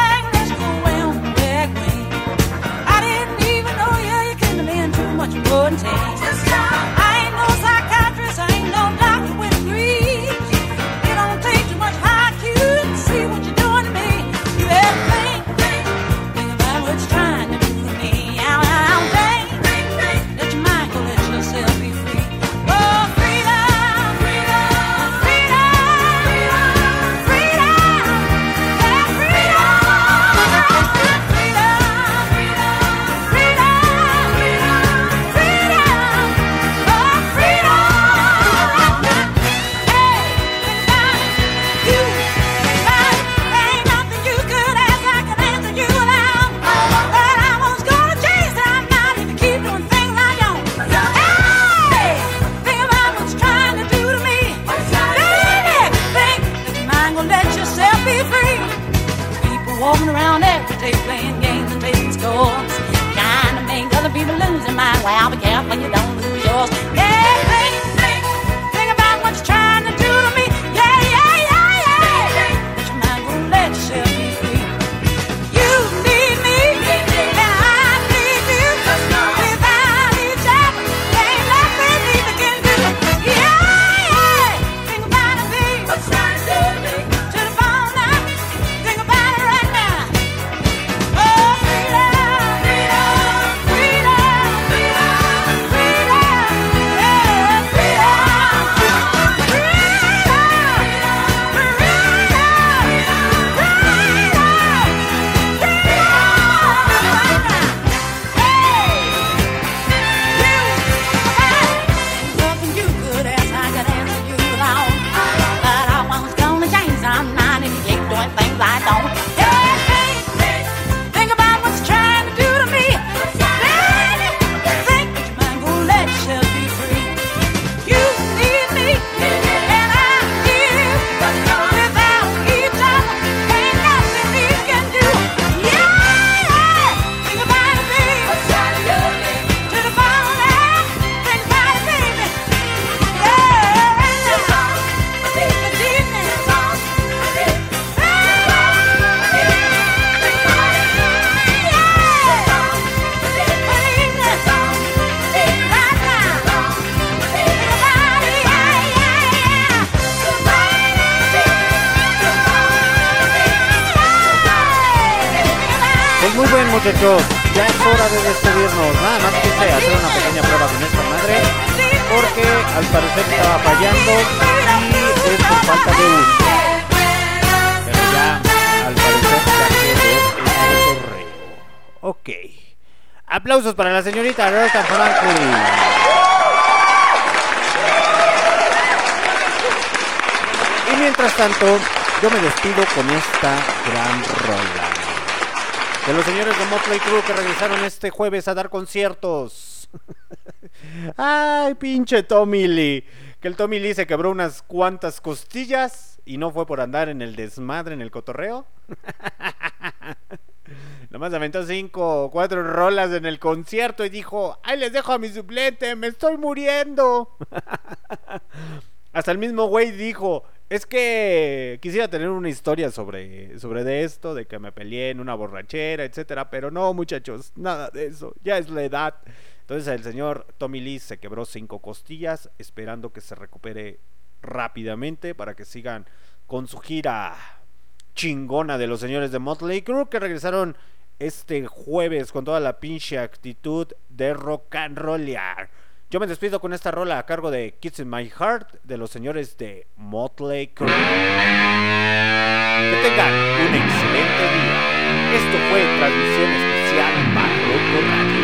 But muchachos, ya es hora de despedirnos. Nada más quise hacer una pequeña prueba con esta madre, porque al parecer estaba fallando y es por falta de uso. Pero ya, al parecer ya quedó el correo. Ok. Aplausos para la señorita Aretha Franklin. Y mientras tanto, yo me despido con esta gran rola de los señores de Motley Crue, que regresaron este jueves a dar conciertos. Ay, pinche Tommy Lee. Que el Tommy Lee se quebró unas cuantas costillas y no fue por andar en el desmadre, en el cotorreo. Nomás aventó cinco o cuatro rolas en el concierto y dijo: ¡ay, les dejo a mi suplente! ¡Me estoy muriendo! Hasta el mismo güey dijo: es que quisiera tener una historia sobre, sobre de esto, de que me peleé en una borrachera, etcétera. Pero no, muchachos, nada de eso. Ya es la edad. Entonces el señor Tommy Lee se quebró cinco costillas, esperando que se recupere rápidamente para que sigan con su gira chingona de los señores de Motley Crue, que regresaron este jueves con toda la pinche actitud de rock and rollar. Yo me despido con esta rola a cargo de Kids in My Heart de los señores de Motley Crue. Que tengan un excelente día. Esto fue transmisión especial Barroco Radio.